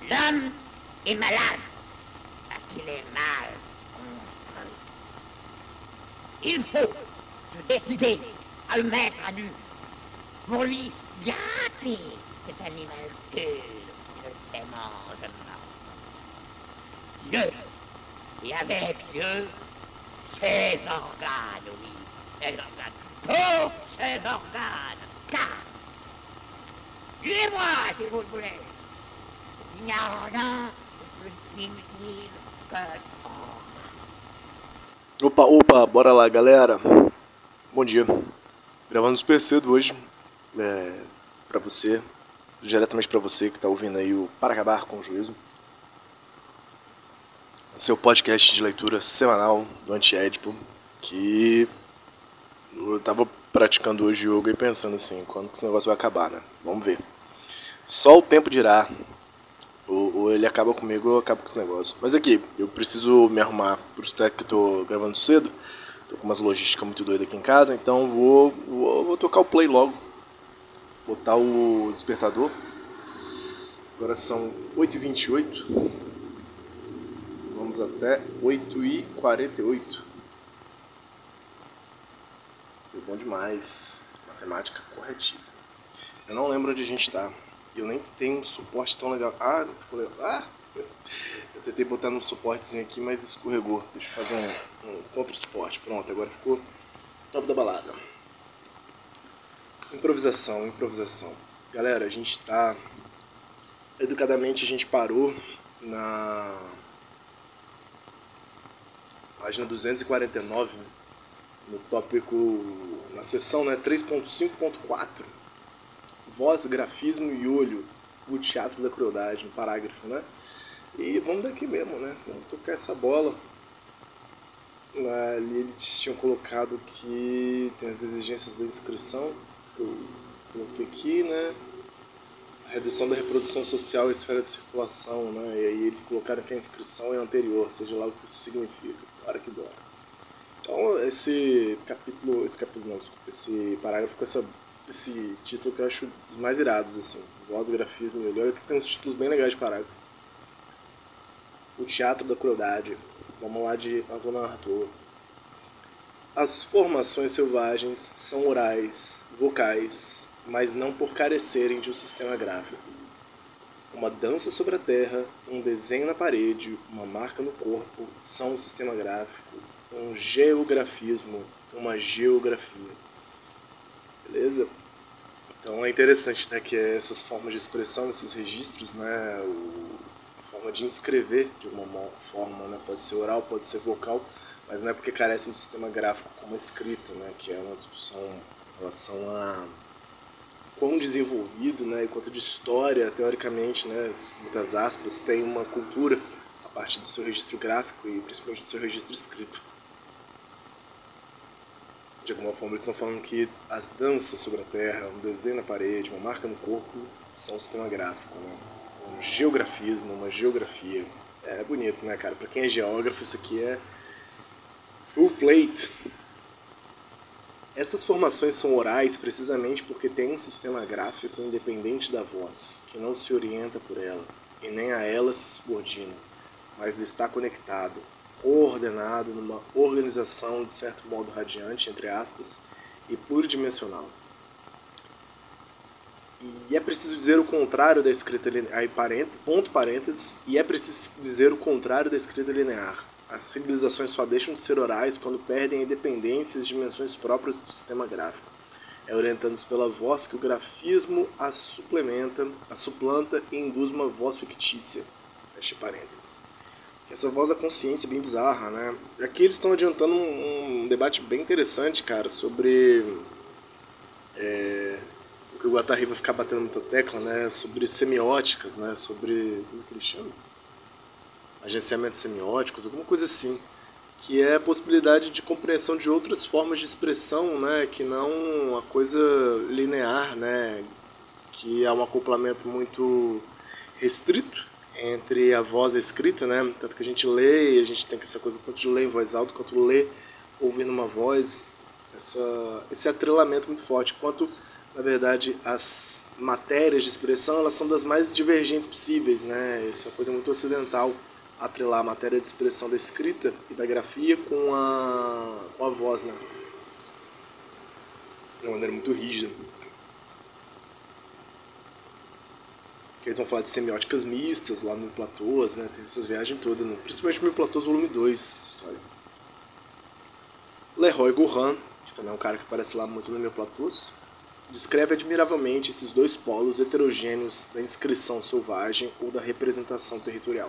L'homme est malade parce qu'il est mal construit. Il faut se décider à le mettre à nu pour lui gâter cet animalcule qui le démange mort. Dieu, et avec Dieu, ses organes, oui, ses organes, tous ses organes, car, tuez-moi si vous le voulez, il n'y a rien de plus inutile que Opa, bora lá, galera. Bom dia. Gravando super cedo hoje, pra você, diretamente pra você que tá ouvindo aí o Para Acabar com o Juízo, seu podcast de leitura semanal do Anti-Édipo, que eu tava praticando hoje yoga e pensando assim, quando que esse negócio vai acabar, né? Vamos ver. Só o tempo dirá. Ou ele acaba comigo ou eu acabo com esse negócio. Mas aqui, eu preciso me arrumar pro stack que eu tô gravando cedo. Tô com umas logísticas muito doidas aqui em casa, então vou tocar o play logo. Botar o despertador. Agora são 8h28. Vamos até 8h48. Deu bom demais. Matemática corretíssima. Eu não lembro onde a gente tá. Eu nem tenho um suporte tão legal. Não ficou legal. Eu tentei botar num suportezinho aqui, mas escorregou. Deixa eu fazer um contra-suporte. Pronto, agora ficou top da balada. Improvisação. Galera, a gente tá... Educadamente a gente parou na página 249, no tópico, na seção 3.5.4. Voz, grafismo e olho, o teatro da crueldade, no parágrafo, né? E vamos daqui mesmo, né? Vamos tocar essa bola. Ali eles tinham colocado que tem as exigências da inscrição, que eu coloquei aqui, né? A redução da reprodução social e esfera de circulação, né? E aí eles colocaram que a inscrição é anterior, seja lá o que isso significa. Bora que bora. Então esse parágrafo com esse título que eu acho dos mais irados, assim. Voz, grafismo e olho. Olha que tem uns títulos bem legais de parágrafo. O teatro da crueldade. Vamos lá de Antonin Artaud. As formações selvagens são orais, vocais, mas não por carecerem de um sistema gráfico. Uma dança sobre a terra, um desenho na parede, uma marca no corpo são um sistema gráfico, um geografismo, uma geografia. Beleza? Então é interessante, né, que essas formas de expressão, esses registros, né, a forma de inscrever de alguma forma, né, pode ser oral, pode ser vocal, mas não é porque carecem de sistema gráfico como a escrita, né, que é uma discussão em relação a quão desenvolvido, né, e quanto de história, teoricamente, né, muitas aspas, tem uma cultura a partir do seu registro gráfico e principalmente do seu registro escrito. De alguma forma eles estão falando que as danças sobre a terra, um desenho na parede, uma marca no corpo, são um sistema gráfico, né? Um geografismo, uma geografia. É bonito, né, cara? Pra quem é geógrafo, isso aqui é full plate. Essas formações são orais precisamente porque tem um sistema gráfico independente da voz, que não se orienta por ela, e nem a ela se subordina, mas lhe está conectado, coordenado numa organização de certo modo radiante, entre aspas, e pluridimensional. E é preciso dizer o contrário da escrita linear, ponto parênteses, e é preciso dizer o contrário da escrita linear. As civilizações só deixam de ser orais quando perdem a independência e as dimensões próprias do sistema gráfico. É orientando-se pela voz que o grafismo a suplanta e induz uma voz fictícia. Fecha parênteses. Essa voz da consciência é bem bizarra, né? Aqui eles estão adiantando um debate bem interessante, cara, sobre o que o Guattari vai ficar batendo muita tecla, né? Sobre semióticas, né? Sobre... como é que ele chama? Agenciamentos semióticos, alguma coisa assim. Que é a possibilidade de compreensão de outras formas de expressão, né? Que não a coisa linear, né? Que é um acoplamento muito restrito entre a voz e a escrita, né? Tanto que a gente lê e a gente tem essa coisa tanto de ler em voz alta quanto ler ouvindo uma voz, esse atrelamento muito forte, quanto na verdade, as matérias de expressão, elas são das mais divergentes possíveis, né? Isso é uma coisa muito ocidental, atrelar a matéria de expressão da escrita e da grafia com a voz, né? De uma maneira muito rígida. Que eles vão falar de semióticas mistas lá no Platôs, né? Tem essas viagens todas, né? Principalmente no Platôs volume 2, história. Leroy Gourhan, que também é um cara que aparece lá muito no meu Platôs, descreve admiravelmente esses dois polos heterogêneos da inscrição selvagem ou da representação territorial.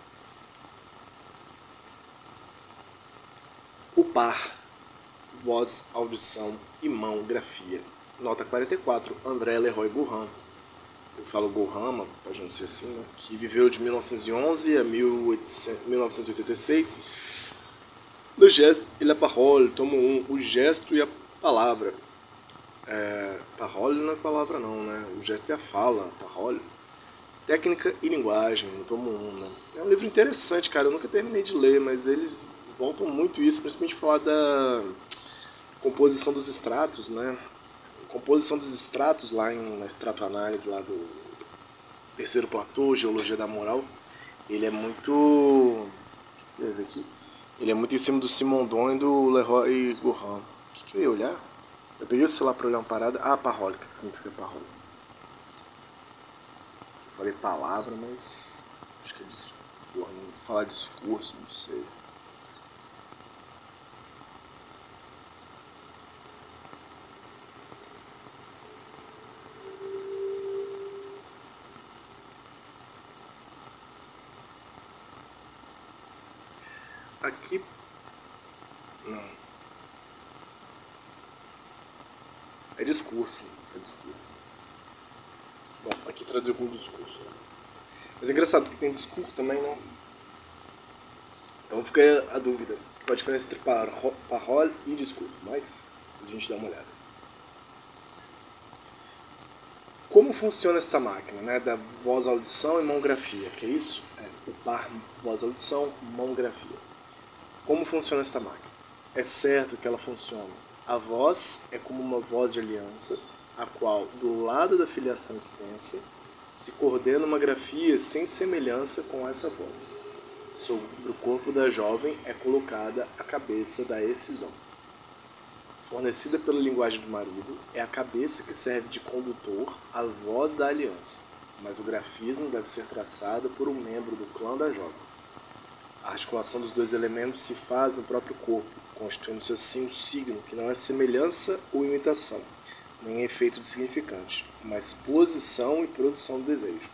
O par, voz, audição e mão, grafia. Nota 44, André Leroy Gourhan. Eu falo Gourhan, pode não ser assim, né? Que viveu de 1911 a 1986. Le geste et la parole, tomo 1, o gesto e a palavra. Parole não é palavra não, né? O gesto é a fala, parole. Técnica e linguagem, no tomo 1, né? É um livro interessante, cara, eu nunca terminei de ler, mas eles voltam muito isso, principalmente falar da composição dos extratos, né? A composição dos extratos lá na estratoanálise lá do terceiro Platô, Geologia da Moral, ele é muito... Deixa eu ver aqui. Ele é muito em cima do Simondon e do Leroy Gourhan. O que eu ia olhar? Eu peguei o celular pra olhar uma parada. Ah, parole. O que significa parole? Eu falei palavra, mas... acho que é discurso. Porra, não vou falar discurso, não sei. Aqui... não. É discurso. É discurso. Bom, aqui traduziu como discurso. Mas é engraçado, porque tem discurso também, né? Então fica a dúvida. Qual a diferença entre parole e discurso? Mas a gente dá uma olhada. Como funciona esta máquina, né? Da voz-audição e mão-grafia, que é isso? O par voz-audição, mão-grafia. Como funciona esta máquina? É certo que ela funciona. A voz é como uma voz de aliança, a qual, do lado da filiação extensa, se coordena uma grafia sem semelhança com essa voz. Sobre o corpo da jovem é colocada a cabeça da excisão. Fornecida pela linguagem do marido, é a cabeça que serve de condutor à voz da aliança, mas o grafismo deve ser traçado por um membro do clã da jovem. A articulação dos dois elementos se faz no próprio corpo, constituindo-se assim um signo que não é semelhança ou imitação, nem efeito de significante, mas posição e produção do desejo.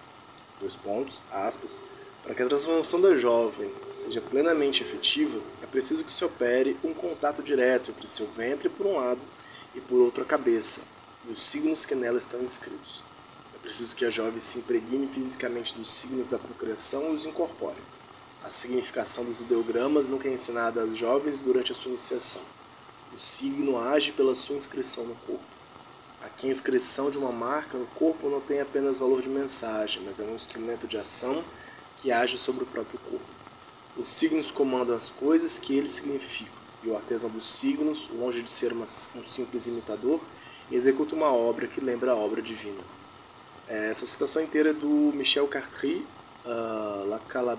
Aspas, para que a transformação da jovem seja plenamente efetiva, é preciso que se opere um contato direto entre seu ventre por um lado e por outro a cabeça, e os signos que nela estão inscritos. É preciso que a jovem se impregne fisicamente dos signos da procriação e os incorpore. A significação dos ideogramas nunca é ensinada às jovens durante a sua iniciação. O signo age pela sua inscrição no corpo. Aqui a inscrição de uma marca no corpo não tem apenas valor de mensagem, mas é um instrumento de ação que age sobre o próprio corpo. Os signos comandam as coisas que eles significam, e o artesão dos signos, longe de ser um simples imitador, executa uma obra que lembra a obra divina. Essa citação inteira é do Michel Cartry, La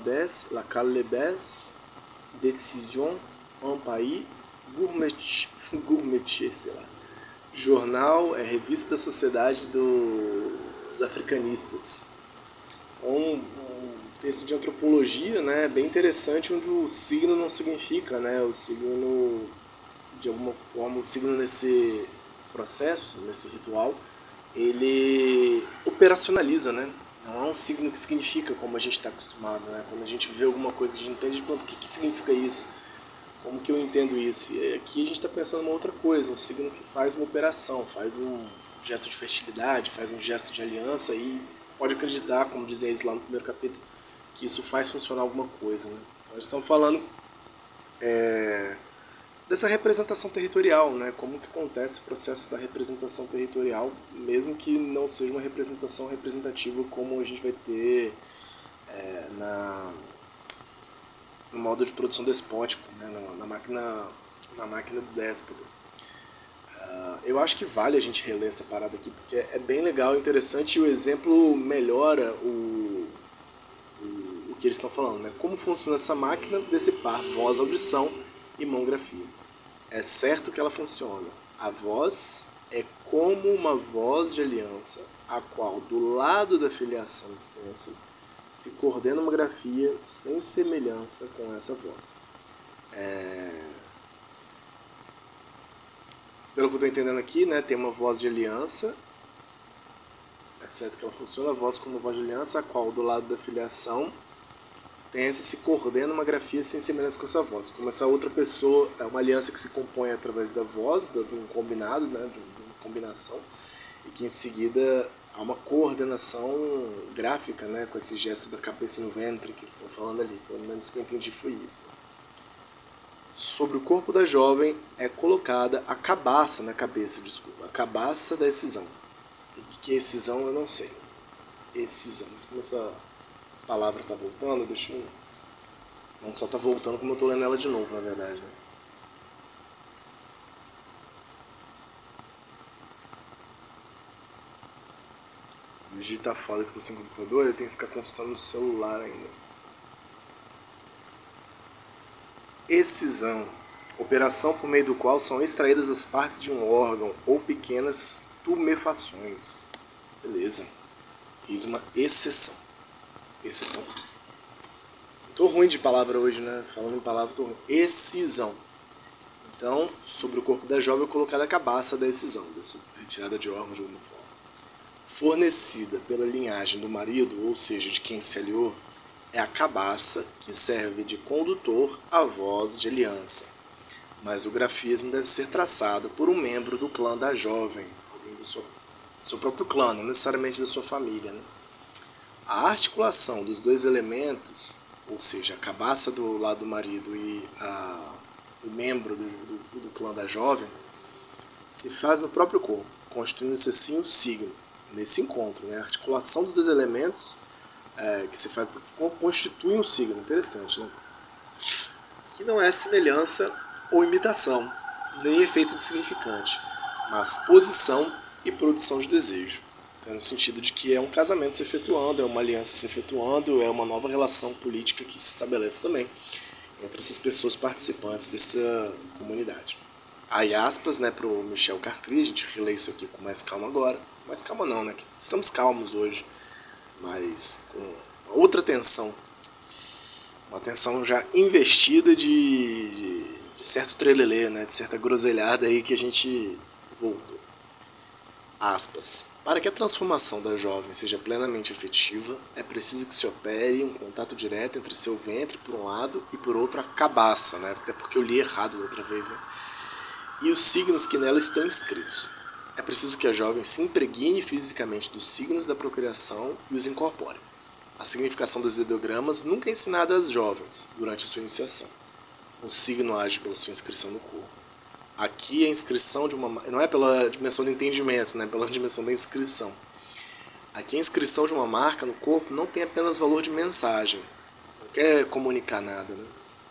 Calebesse, Décision, un pays, gourmetier, sei lá. Jornal, revista da Sociedade dos Africanistas. Um texto de antropologia, né, bem interessante, onde o signo não significa, né, o signo, de alguma forma, o signo nesse processo, nesse ritual, ele operacionaliza, né, não é um signo que significa como a gente está acostumado, né, quando a gente vê alguma coisa, a gente entende o que significa isso, como que eu entendo isso, e aqui a gente está pensando em uma outra coisa, um signo que faz uma operação, faz um gesto de fertilidade, faz um gesto de aliança e pode acreditar, como dizem eles lá no primeiro capítulo, que isso faz funcionar alguma coisa, né? Então eles estão falando dessa representação territorial, né? Como que acontece o processo da representação territorial, mesmo que não seja uma representação representativa como a gente vai ter no modo de produção despótico, né? na máquina do déspota. Eu acho que vale a gente reler essa parada aqui, porque é bem legal, interessante, e o exemplo melhora o que eles estão falando, né? Como funciona essa máquina desse par voz, audição e mão-grafia. É certo que ela funciona. A voz é como uma voz de aliança, a qual, do lado da filiação extensa, se coordena uma grafia sem semelhança com essa voz. Pelo que eu estou entendendo aqui, né, tem uma voz de aliança, é certo que ela funciona, a voz como uma voz de aliança, a qual, do lado da filiação extensa, se coordena uma grafia sem semelhança com essa voz. Como essa outra pessoa é uma aliança que se compõe através da voz, de um combinado, né, de uma combinação, e que em seguida há uma coordenação gráfica, né, com esse gesto da cabeça no ventre que eles estão falando ali. Pelo menos o que eu entendi foi isso. Sobre o corpo da jovem é colocada a cabaça na cabeça, a cabaça da excisão. E o que é excisão eu não sei. Excisão, mas como essa palavra tá voltando, deixa eu... Não só tá voltando, como eu tô lendo ela de novo, na verdade, né? O dia tá foda que eu tô sem computador, eu tenho que ficar consultando no celular ainda. Excisão. Operação por meio do qual são extraídas as partes de um órgão ou pequenas tumefações. Beleza. Eis uma exceção. Exceção. Tô ruim de palavra hoje, né? Falando em palavra, tô ruim. Excisão. Então, sobre o corpo da jovem é colocada a cabaça da excisão, dessa retirada de órgãos de alguma forma. Fornecida pela linhagem do marido, ou seja, de quem se aliou, é a cabaça que serve de condutor à voz de aliança. Mas o grafismo deve ser traçado por um membro do clã da jovem, alguém do seu próprio clã, não necessariamente da sua família, né? A articulação dos dois elementos, ou seja, a cabaça do lado do marido e o membro do clã da jovem, se faz no próprio corpo, constituindo-se assim um signo. Nesse encontro, né? A articulação dos dois elementos que se faz constitui um signo. Interessante, né? Que não é semelhança ou imitação, nem efeito de significante, mas posição e produção de desejo. Então, no sentido de que é um casamento se efetuando, é uma aliança se efetuando, é uma nova relação política que se estabelece também entre essas pessoas participantes dessa comunidade. Aí aspas, né, pro Michel Cartry, a gente relê isso aqui com mais calma agora. Mais calma não, né, que estamos calmos hoje, mas com outra tensão. Uma tensão já investida de certo trelelê, né, de certa groselhada aí que a gente voltou. Aspas. Para que a transformação da jovem seja plenamente efetiva, é preciso que se opere um contato direto entre seu ventre, por um lado, e por outro a cabaça, né? Até porque eu li errado da outra vez, né? E os signos que nela estão inscritos. É preciso que a jovem se impregne fisicamente dos signos da procriação e os incorpore. A significação dos ideogramas nunca é ensinada às jovens durante a sua iniciação. Um signo age pela sua inscrição no corpo. Aqui a inscrição de uma... não é pela dimensão do entendimento, né? Pela dimensão da inscrição. Aqui a inscrição de uma marca no corpo não tem apenas valor de mensagem. Não quer comunicar nada, né?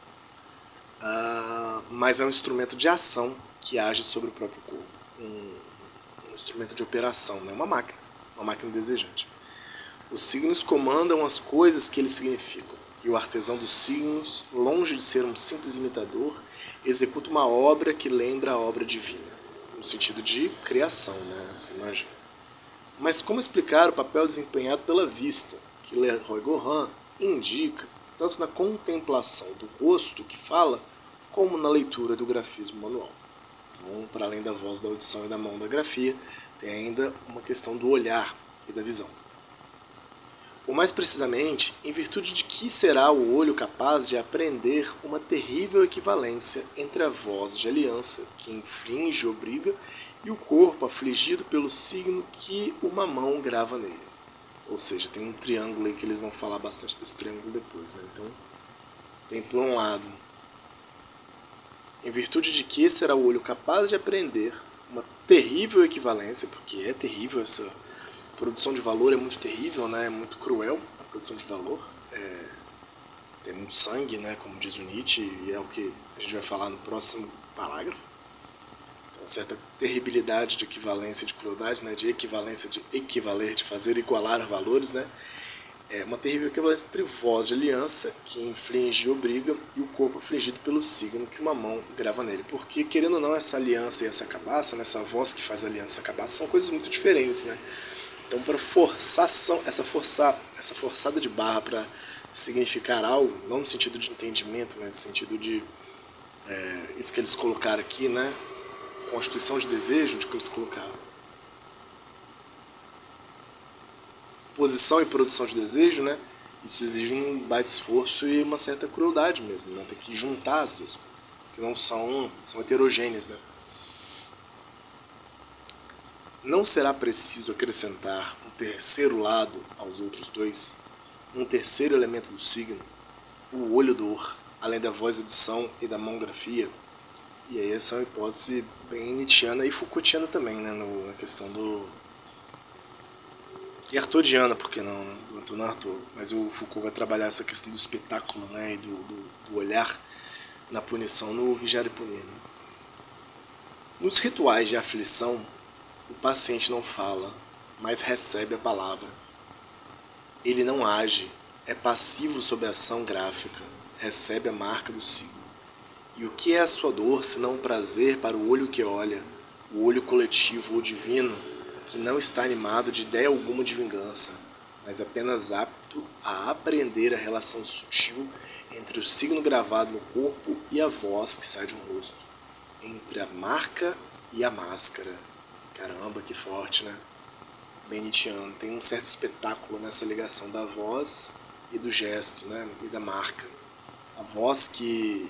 Mas é um instrumento de ação que age sobre o próprio corpo. Um instrumento de operação, né? Uma máquina desejante. Os signos comandam as coisas que eles significam. E o artesão dos signos, longe de ser um simples imitador, executa uma obra que lembra a obra divina, no sentido de criação, né? Se imagina. Mas como explicar o papel desempenhado pela vista, que Leroy Gorin indica, tanto na contemplação do rosto que fala, como na leitura do grafismo manual? Então, para além da voz, da audição e da mão da grafia, tem ainda uma questão do olhar e da visão. Ou mais precisamente, em virtude de que será o olho capaz de apreender uma terrível equivalência entre a voz de aliança, que infringe e obriga, e o corpo afligido pelo signo que uma mão grava nele. Ou seja, tem um triângulo aí que eles vão falar bastante desse triângulo depois, né? Então, tem por um lado, em virtude de que será o olho capaz de aprender uma terrível equivalência, porque é terrível essa... produção de valor é muito terrível, né? É muito cruel a produção de valor. Tem muito sangue, né? Como diz o Nietzsche, e é o que a gente vai falar no próximo parágrafo. Então, uma certa terribilidade de equivalência de crueldade, né, de equivalência de equivaler, de fazer igualar valores, né, é uma terrível equivalência entre voz de aliança, que inflige e obriga, e o corpo infligido pelo signo que uma mão grava nele. Porque, querendo ou não, essa aliança e essa cabaça, né, essa voz que faz a aliança e a cabaça, são coisas muito diferentes, né. Então, para forçação, essa forçada de barra para significar algo, não no sentido de entendimento, mas no sentido de isso que eles colocaram aqui, né, constituição de desejo, de que eles colocaram posição e produção de desejo, né? Isso exige um baita esforço e uma certa crueldade mesmo, né? Tem que juntar as duas coisas, que não são heterogêneas, né? Não será preciso acrescentar um terceiro lado aos outros dois, um terceiro elemento do signo, o olho-dor, além da voz-adição e da mão-grafia. E aí essa é uma hipótese bem nietzschiana e Foucaultiana também, né? Na questão do... E artodiana, por que não, né? Do Antônio Artaud. Mas o Foucault vai trabalhar essa questão do espetáculo, né? E do olhar na punição no Vigiar e Punir, né? Nos rituais de aflição, o paciente não fala, mas recebe a palavra. Ele não age, é passivo sob a ação gráfica, recebe a marca do signo. E o que é a sua dor, senão um prazer para o olho que olha, o olho coletivo ou divino, que não está animado de ideia alguma de vingança, mas apenas apto a apreender a relação sutil entre o signo gravado no corpo e a voz que sai de um rosto, entre a marca e a máscara. Caramba, que forte, né? Bem nietzschiano. Tem um certo espetáculo nessa ligação da voz e do gesto, né? E da marca. A voz que...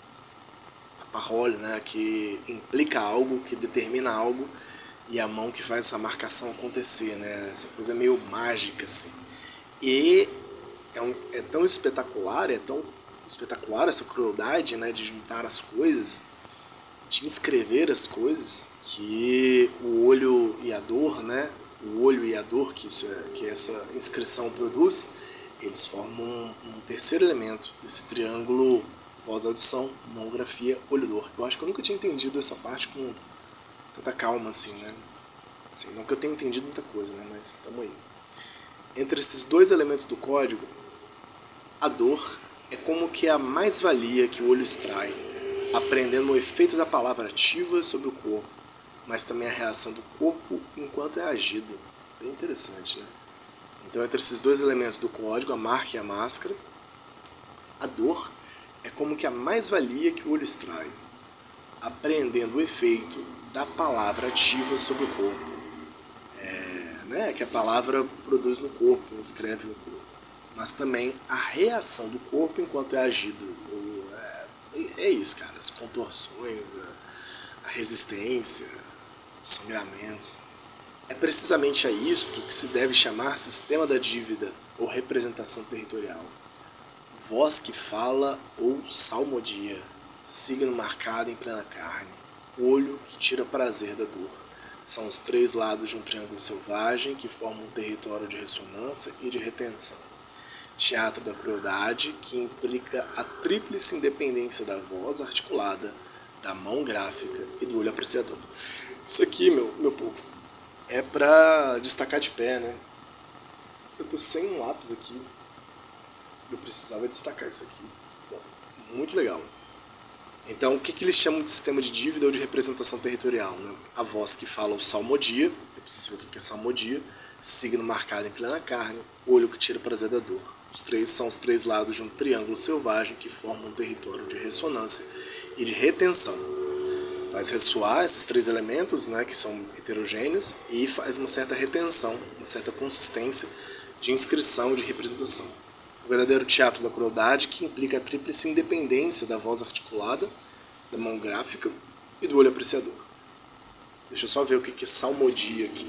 a parole, né? Que implica algo, que determina algo, e a mão que faz essa marcação acontecer, né? Essa coisa meio mágica, assim. E é tão espetacular, é tão espetacular essa crueldade, né? De juntar as coisas, de inscrever as coisas, que o olho e a dor, né? O olho e a dor que essa inscrição produz, eles formam um terceiro elemento desse triângulo voz-audição, mão-grafia, olho-dor. Eu acho que eu nunca tinha entendido essa parte com tanta calma, assim, né? Assim, não que eu tenha entendido muita coisa, né? Mas tamo aí. Entre esses dois elementos do código, a dor é como que a mais-valia que o olho extrai, aprendendo o efeito da palavra ativa sobre o corpo, mas também a reação do corpo enquanto é agido. Bem interessante, né? Então, entre esses dois elementos do código, a marca e a máscara, a dor é como que a mais-valia que o olho extrai, apreendendo o efeito da palavra ativa sobre o corpo, né, que a palavra produz no corpo, escreve no corpo, mas também a reação do corpo enquanto é agido. É isso, cara, as contorções, a resistência, os sangramentos. É precisamente a isto que se deve chamar sistema da dívida ou representação territorial. Voz que fala ou salmodia, signo marcado em plena carne, olho que tira prazer da dor. São os três lados de um triângulo selvagem que formam um território de ressonância e de retenção. Teatro da crueldade, que implica a tríplice independência da voz articulada, da mão gráfica e do olho apreciador. Isso aqui, meu povo, é pra destacar de pé, né? Eu tô sem um lápis aqui. Eu precisava destacar isso aqui. Bom, muito legal. Então, o que eles chamam de sistema de dívida ou de representação territorial, né? A voz que fala o salmodia, eu preciso ver o que é salmodia, signo marcado em plena carne, olho que tira prazer da dor. Os três são os três lados de um triângulo selvagem que formam um território de ressonância e de retenção. Faz ressoar esses três elementos, né, que são heterogêneos, e faz uma certa retenção, uma certa consistência de inscrição e de representação. O verdadeiro teatro da crueldade, que implica a tríplice independência da voz articulada, da mão gráfica e do olho apreciador. Deixa eu só ver o que é salmodia aqui.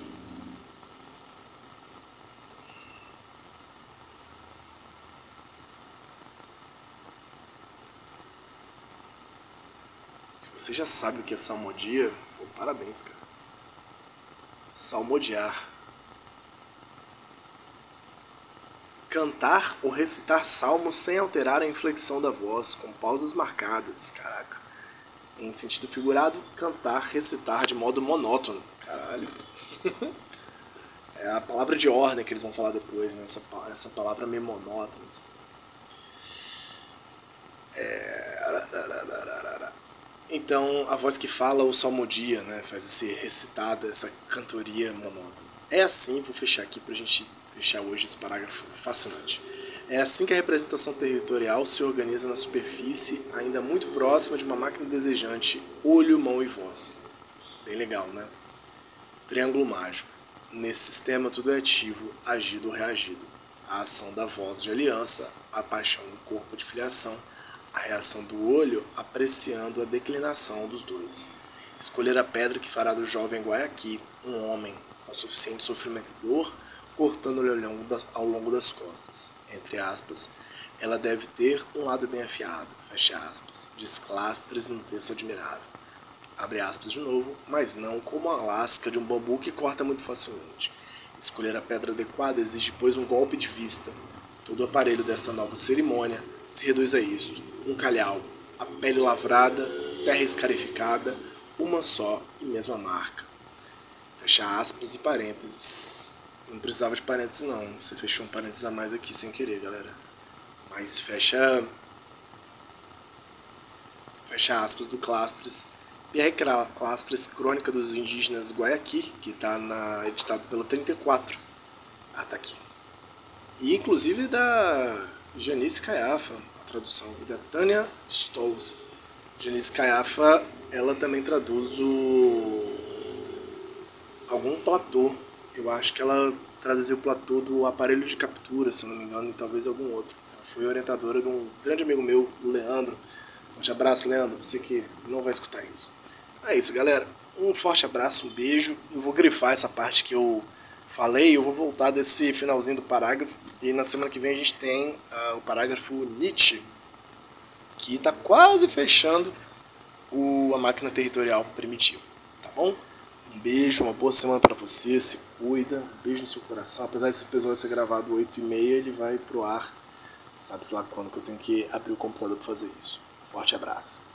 Se você já sabe o que é salmodia, pô, parabéns, cara. Salmodiar. Cantar ou recitar salmos sem alterar a inflexão da voz, com pausas marcadas. Caraca. Em sentido figurado, cantar, recitar de modo monótono. Caralho. É a palavra de ordem que eles vão falar depois, né? Essa palavra meio monótona. Assim. Então, a voz que fala o salmodia, né? Faz esse recitada, essa cantoria monótona. É assim, vou fechar aqui pra gente fechar hoje esse parágrafo fascinante. É assim que a representação territorial se organiza na superfície, ainda muito próxima de uma máquina desejante, olho, mão e voz. Bem legal, né? Triângulo mágico. Nesse sistema tudo é ativo, agido ou reagido. A ação da voz de aliança, a paixão do corpo de filiação, a reação do olho apreciando a declinação dos dois. Escolher a pedra que fará do jovem Guayaqui um homem com suficiente sofrimento e dor, cortando-lhe ao longo das costas. Entre aspas, ela deve ter um lado bem afiado, fecha aspas, diz Clastres num texto admirável. Abre aspas de novo, mas não como a lasca de um bambu que corta muito facilmente. Escolher a pedra adequada exige, pois, um golpe de vista. Todo o aparelho desta nova cerimônia se reduz a isto: um calhau, a pele lavrada, terra escarificada, uma só e mesma marca. Fecha aspas e parênteses. Não precisava de parênteses não, você fechou um parênteses a mais aqui sem querer, galera. Mas fecha aspas do Clastres. Pierre Clastres, Crônica dos Indígenas Guayaqui, que está editado pela 34. Ah, tá aqui. E inclusive da Janice Caiafa, a tradução, e da Tânia Stolz. Janice Caiafa, ela também traduz algum platô. Eu acho que ela traduziu o platô do Aparelho de Captura, se eu não me engano, e talvez algum outro. Ela foi orientadora de um grande amigo meu, o Leandro. Forte abraço, Leandro, você que não vai escutar isso. É isso, galera. Um forte abraço, um beijo. Eu vou grifar essa parte que eu falei, eu vou voltar desse finalzinho do parágrafo. E na semana que vem a gente tem o parágrafo Nietzsche, que está quase fechando a máquina territorial primitiva. Tá bom? Um beijo, uma boa semana para você. Se cuida. Um beijo no seu coração. Apesar desse episódio ser gravado 8h30, ele vai pro ar. Sabe-se lá quando que eu tenho que abrir o computador para fazer isso. Forte abraço.